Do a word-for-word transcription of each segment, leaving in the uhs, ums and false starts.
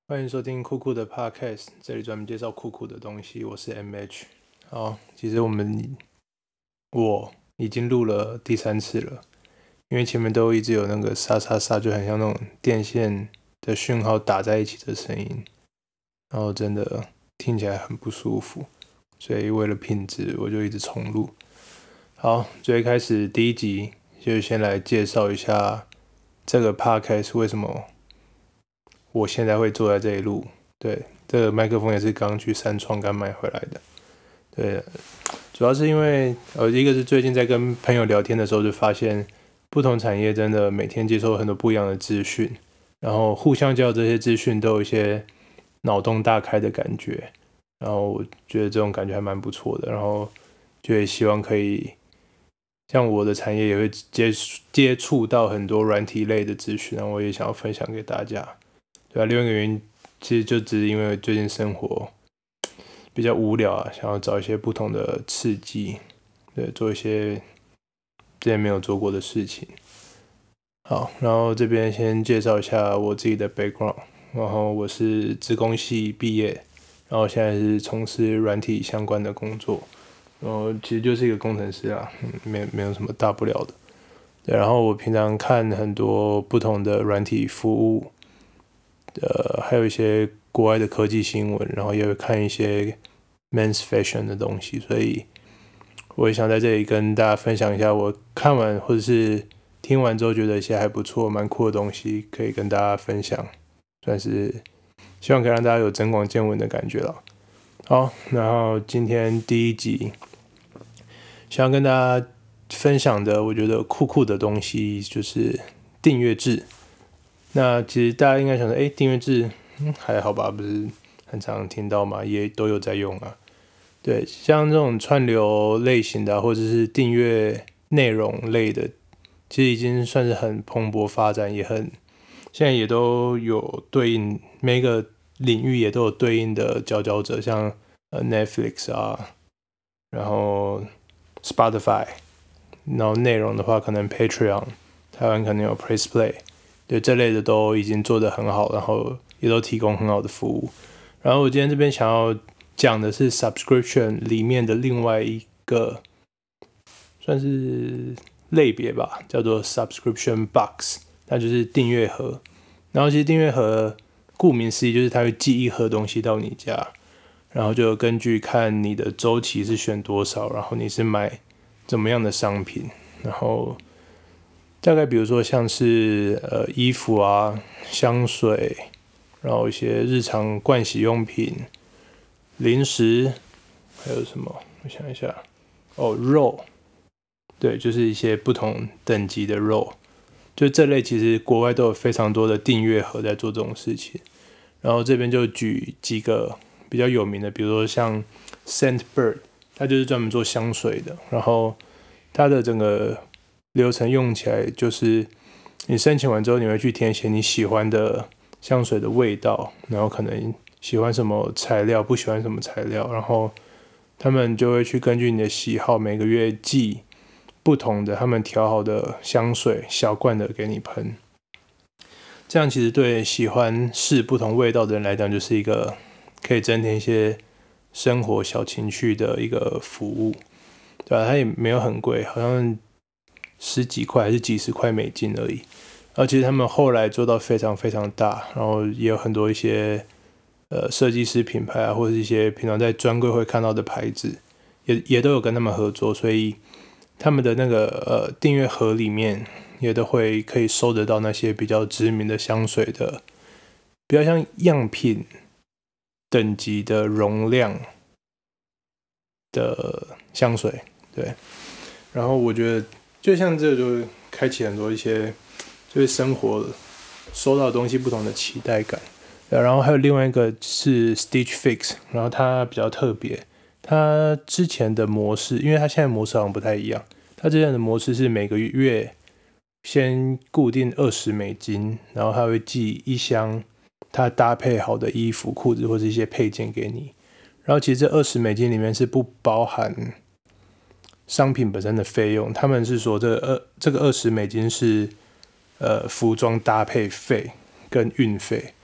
欢迎收听酷酷的 Podcast，这里专门介绍酷酷的东西。我是 M H。好，其实我们我已经录了第三次了，因为前面都一直有那个沙沙沙，就很像那种电线的讯号打在一起的声音，然后真的听起来很不舒服，所以为了品质，我就一直重录。好，最开始第一集就先来介绍一下这个 Podcast 为什么我现在会坐在这里录。对，这个麦克风也是刚去三创刚买回来的。对，主要是因为呃，一个是最近在跟朋友聊天的时候，就发现不同产业真的每天接收很多不一样的资讯，然后互相交流这些资讯都有一些脑洞大开的感觉，然后我觉得这种感觉还蛮不错的，然后就也希望可以像我的产业也会接接触到很多软体类的资讯，然后我也想要分享给大家。对啊，另外一个原因其实就只是因为最近生活比较无聊啊，想要找一些不同的刺激，对，做一些之前没有做过的事情。好，然后这边先介绍一下我自己的 background，然后我是资工系毕业，然后现在是从事软体相关的工作，然后其实就是一个工程师啊，嗯，没没有什么大不了的。对，然后我平常看很多不同的软体服务，呃，还有一些国外的科技新闻，然后也会看一些 men's fashion 的东西，所以我也想在这里跟大家分享一下我看完或者是听完之后觉得一些还不错、蛮酷的东西，可以跟大家分享，算是希望可以让大家有增广见闻的感觉了。好，然后今天第一集想要跟大家分享的，我觉得酷酷的东西就是订阅制。那其实大家应该想说，哎，订阅制、嗯、还好吧，不是很常听到嘛，也都有在用啊。对，像这种串流类型的、啊，或者是订阅内容类的，其实已经算是很蓬勃发展，也很现在也都有对应每个领域也都有对应的佼佼者，像呃 Netflix 啊，然后 Spotify，然后内容的话可能 Patreon，台湾可能有 Press Play。对，这类的都已经做得很好，然后也都提供很好的服务。然后我今天这边想要讲的是 subscription 里面的另外一个算是类别吧，叫做 subscription box，它就是订阅盒。然后其实订阅盒顾名思义就是它会寄一盒东西到你家，然后就根据看你的周期是选多少，然后你是买怎么样的商品，然后大概比如说像是呃衣服啊、香水，然后一些日常盥洗用品、零食，还有什么？我想一下，哦，肉，对，就是一些不同等级的肉，就这类其实国外都有非常多的订阅盒在做这种事情。然后这边就举几个比较有名的，比如说像 Scentbird，它就是专门做香水的，然后它的整个流程用起来就是你申请完之后，你会去填写你喜欢的香水的味道，然后可能喜欢什么材料，不喜欢什么材料，然后他们就会去根据你的喜好，每个月寄不同的他们调好的香水，小罐的给你喷。这样其实对喜欢试不同味道的人来讲，就是一个可以增添一些生活小情趣的一个服务，对吧、啊？它也没有很贵，好像十几块还是几十块美金而已。然后其实他们后来做到非常非常大，然后也有很多一些呃设计师品牌啊，或者是一些平常在专柜会看到的牌子，也也都有跟他们合作，所以他们的那个呃订阅盒里面也都会可以收得到那些比较知名的香水的，比较像样品等级的容量的香水，对。然后我觉得就像这就开启很多一些就是生活收到的东西不同的期待感。然后还有另外一个是 Stitch Fix， 然后它比较特别，它之前的模式，因为它现在模式好像不太一样，它之前的模式是每个月先固定二十美金，然后它会寄一箱它搭配好的衣服、裤子或者一些配件给你。然后其实这二十美金里面是不包含商品本身的费用，他们是说这二这个二十美金是呃服装搭配费跟运费。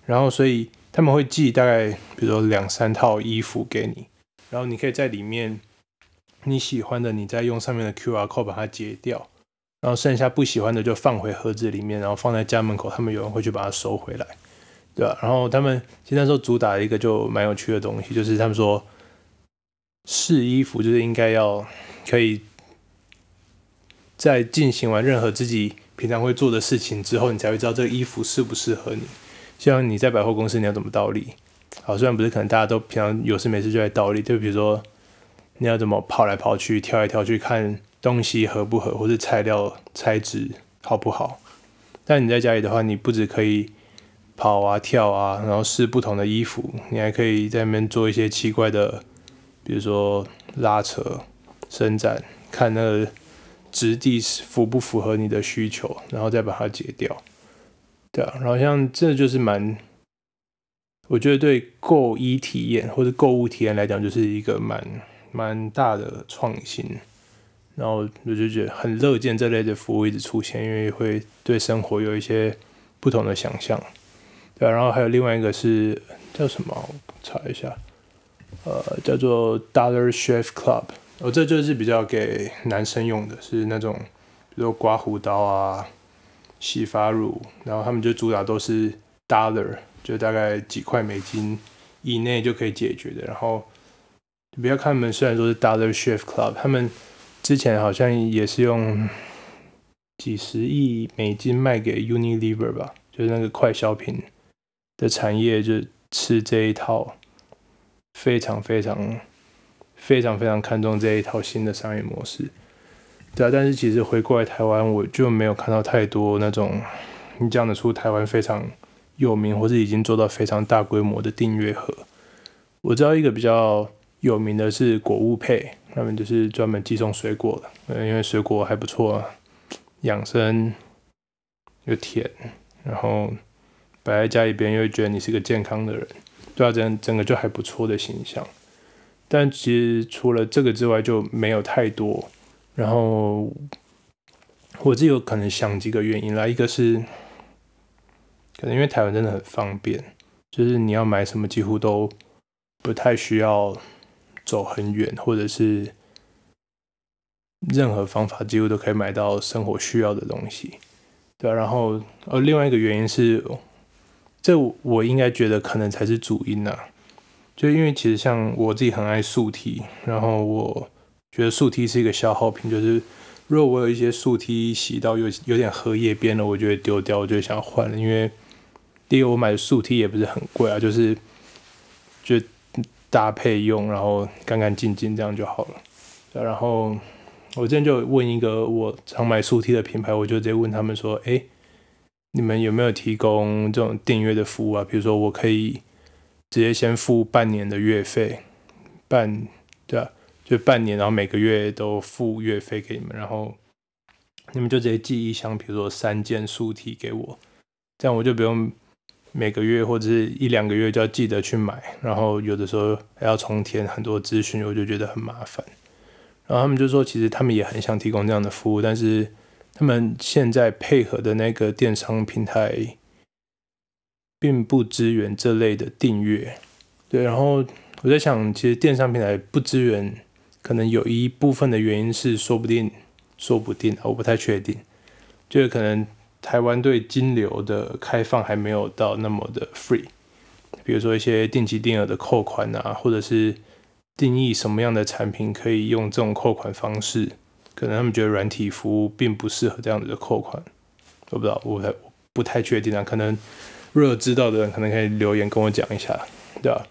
然后所以他们会寄大概比如说两三套衣服给你，然后你可以在里面你喜欢的，你再用上面的 Q R code 把它截掉，然后剩下不喜欢的就放回盒子里面，然后放在家门口，他们有人会去把它收回来，对吧？然后他们其实那时候主打一个就蛮有趣的东西，就是他们说试衣服就是应该要可以在进行完任何自己平常会做的事情之后，你才会知道这个衣服适不适合你。像你在百货公司，你要怎么倒立？好，虽然不是可能大家都平常有事没事就在倒立，就比如说你要怎么跑来跑去、跳来跳去，看东西合不合，或是材料材质好不好。但你在家里的话，你不只可以跑啊、跳啊，然后试不同的衣服，你还可以在那边做一些奇怪的，比如说拉扯、伸展，看那个质地符不符合你的需求，然后再把它解掉。对啊，然后像这就是蛮，我觉得对购衣体验或者购物体验来讲，就是一个蛮蛮大的创新。然后我就觉得很乐见这类的服务一直出现，因为会对生活有一些不同的想象。对啊，然后还有另外一个是叫什么？我查一下，呃，叫做 Dollar Shave Club。哦，这就是比较给男生用的，是那种比如说刮胡刀啊、洗发乳，然后他们就主打都是 dollar， 就大概几块美金以内就可以解决的。然后不要看他们虽然说是 Dollar Shave Club， 他们之前好像也是用几十亿美金卖给 Unilever 吧，就是那个快消品的产业，就吃这一套，非常非常非常非常看重这一套新的商业模式。对啊，但是其实回过来台湾，我就没有看到太多那种你讲得出台湾非常有名或是已经做到非常大规模的订阅盒。我知道一个比较有名的是果物配，他们就是专门寄送水果的，因为水果还不错啊，养生又甜，然后摆在家里边又会觉得你是个健康的人，对啊，整整个就还不错的形象。但其实除了这个之外就没有太多。然后我自己有可能想几个原因啦，一个是可能因为台湾真的很方便，就是你要买什么几乎都不太需要走很远，或者是任何方法几乎都可以买到生活需要的东西，对啊，然后呃，另外一个原因是，这我应该觉得可能才是主因啊，就因为其实像我自己很爱素 T， 然后我觉得素 T 是一个消耗品，就是如果我有一些素 T 洗到有有点荷叶边了，我就会丢掉，我就会想要换了。因为第一个我买的素 T 也不是很贵啊，就是就搭配用，然后干干净净这样就好了。然后我之前就问一个我常买素 T 的品牌，我就直接问他们说：“哎，你们有没有提供这种订阅的服务啊？比如说我可以直接先付半年的月费，半对啊。”就半年，然后每个月都付月费给你们，然后你们就直接寄一箱，比如说三件素 T 给我，这样我就不用每个月或者是一两个月就要记得去买，然后有的时候还要重填很多资讯，我就觉得很麻烦。然后他们就说，其实他们也很想提供这样的服务，但是他们现在配合的那个电商平台并不支援这类的订阅，对，然后我在想，其实电商平台不支援。可能有一部分的原因是，说不定，说不定，我不太确定，就是可能台湾对金流的开放还没有到那么的 free， 比如说一些定期定额的扣款啊，或者是定义什么样的产品可以用这种扣款方式，可能他们觉得软体服务并不适合这样子的扣款，我不知道，我不太我不太确定啊，可能如果有知道的人，可能可以留言跟我讲一下，对吧？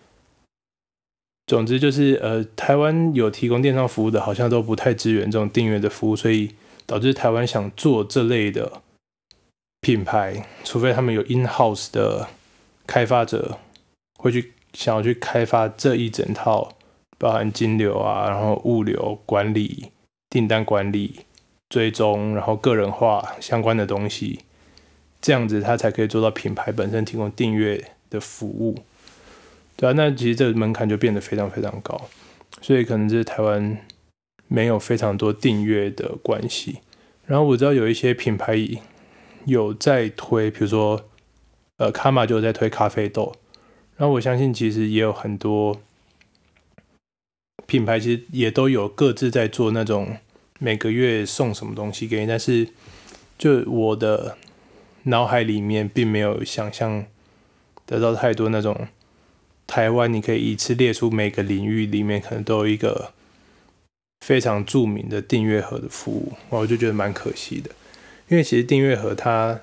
总之就是，呃，台湾有提供电商服务的，好像都不太支援这种订阅的服务，所以导致台湾想做这类的品牌，除非他们有 in-house 的开发者会去想要去开发这一整套，包含金流啊，然后物流管理、订单管理、追踪，然后个人化相关的东西，这样子他才可以做到品牌本身提供订阅的服务。对啊，那其实这个门槛就变得非常非常高，所以可能是台湾没有非常多订阅的关系。然后我知道有一些品牌有在推，比如说呃，卡玛就有在推咖啡豆，然后我相信其实也有很多品牌其实也都有各自在做那种每个月送什么东西给你，但是就我的脑海里面并没有想象得到太多那种台湾你可以一次列出每个领域里面可能都有一个非常著名的订阅盒的服务，我就觉得蛮可惜的，因为其实订阅盒它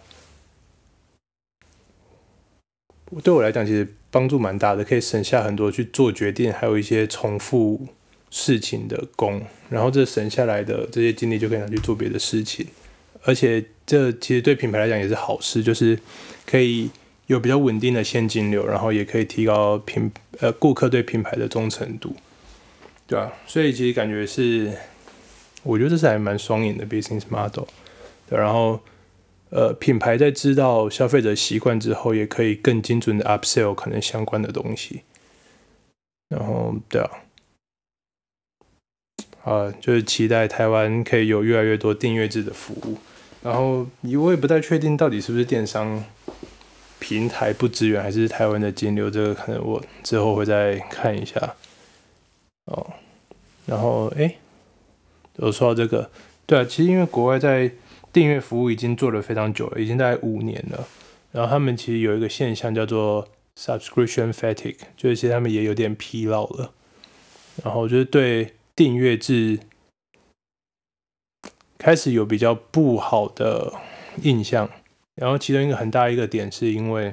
对我来讲其实帮助蛮大的，可以省下很多去做决定还有一些重复事情的工，然后这省下来的这些精力就可以拿去做别的事情，而且这其实对品牌来讲也是好事，就是可以有比较稳定的现金流，然后也可以提高品呃顾客对品牌的忠诚度，对啊，所以其实感觉是我觉得这是还蛮双赢的 business model， 对，然后呃品牌在知道消费者习惯之后，也可以更精准的 upsell 可能相关的东西，然后对啊。啊，就是期待台湾可以有越来越多订阅制的服务，然后我也不太确定到底是不是电商平台不支援，还是台湾的金流，这个可能我之后会再看一下。哦，然后哎，我说到这个，对啊，其实因为国外在订阅服务已经做了非常久了，已经大概五年了，然后他们其实有一个现象叫做 subscription fatigue， 就是其实他们也有点疲劳了，然后就是对订阅制开始有比较不好的印象，然后其中一个很大一个点是因为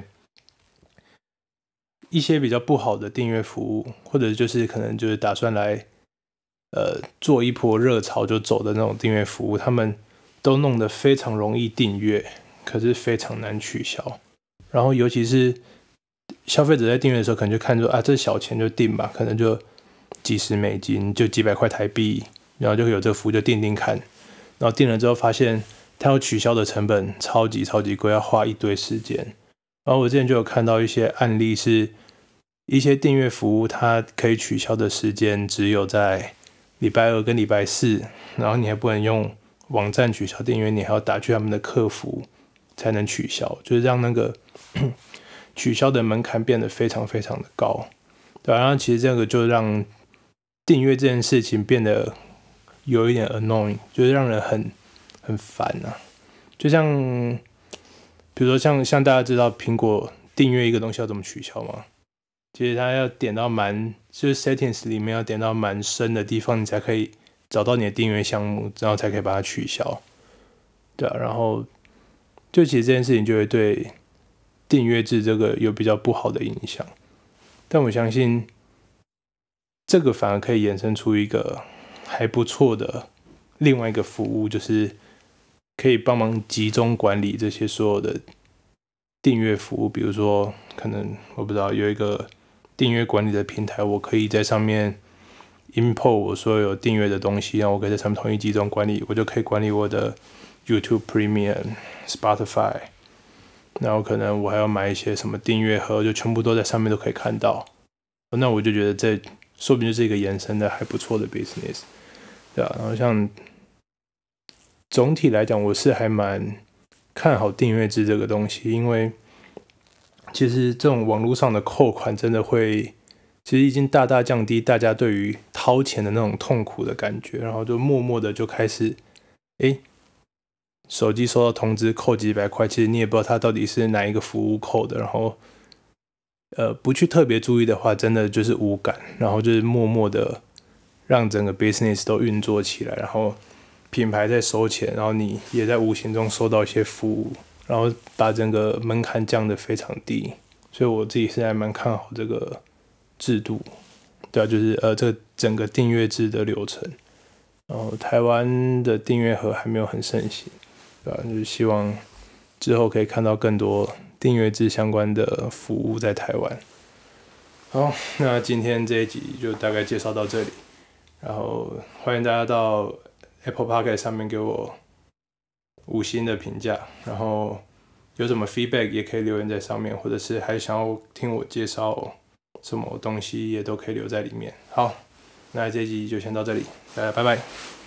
一些比较不好的订阅服务，或者就是可能就是打算来呃做一波热潮就走的那种订阅服务，他们都弄得非常容易订阅，可是非常难取消。然后尤其是消费者在订阅的时候，可能就看出啊这小钱就订吧，可能就几十美金，就几百块台币，然后就有这个服务就订订看，然后订了之后发现它有取消的成本超级超级贵，要花一堆时间。然后我之前就有看到一些案例是，一些订阅服务它可以取消的时间只有在礼拜二跟礼拜四，然后你还不能用网站取消订阅，你还要打去他们的客服才能取消，就是让那个取消的门槛变得非常非常的高。对啊，然后其实这个就让订阅这件事情变得有一点 annoying， 就是让人很很烦啊。就像比如说像像大家知道苹果订阅一个东西要怎么取消吗？其实它要点到蛮就是 settings 里面要点到蛮深的地方，你才可以找到你的订阅项目，然后才可以把它取消。对啊，然后就其实这件事情就会对订阅制这个有比较不好的影响，但我相信这个反而可以衍生出一个还不错的另外一个服务，就是可以帮忙集中管理这些所有的订阅服务，比如说可能我不知道有一个订阅管理的平台，我可以在上面 import 我所有订阅的东西，然后我可以在上面统一集中管理，我就可以管理我的 YouTube Premium、Spotify， 然后可能我还要买一些什么订阅盒，就全部都在上面都可以看到。那我就觉得这说不定就是一个延伸的还不错的 business， 对啊，然后像总体来讲，我是还蛮看好订阅制这个东西，因为其实这种网络上的扣款真的会，其实已经大大降低大家对于掏钱的那种痛苦的感觉，然后就默默的就开始，哎，手机收到通知扣几百块，其实你也不知道它到底是哪一个服务扣的，然后呃不去特别注意的话，真的就是无感，然后就是默默的让整个 business 都运作起来，然后品牌在收钱，然后你也在无形中收到一些服务，然后把整个门槛降得非常低，所以我自己是还蛮看好这个制度，对啊，就是呃这个整个订阅制的流程，然后台湾的订阅盒还没有很盛行，对吧？就是希望之后可以看到更多订阅制相关的服务在台湾。好，那今天这一集就大概介绍到这里，然后欢迎大家到 Apple Podcast 上面给我五星的评价，然后有什么 feedback 也可以留言在上面，或者是还想要听我介绍什么东西也都可以留在里面。好，那这一集就先到这里，大家拜拜。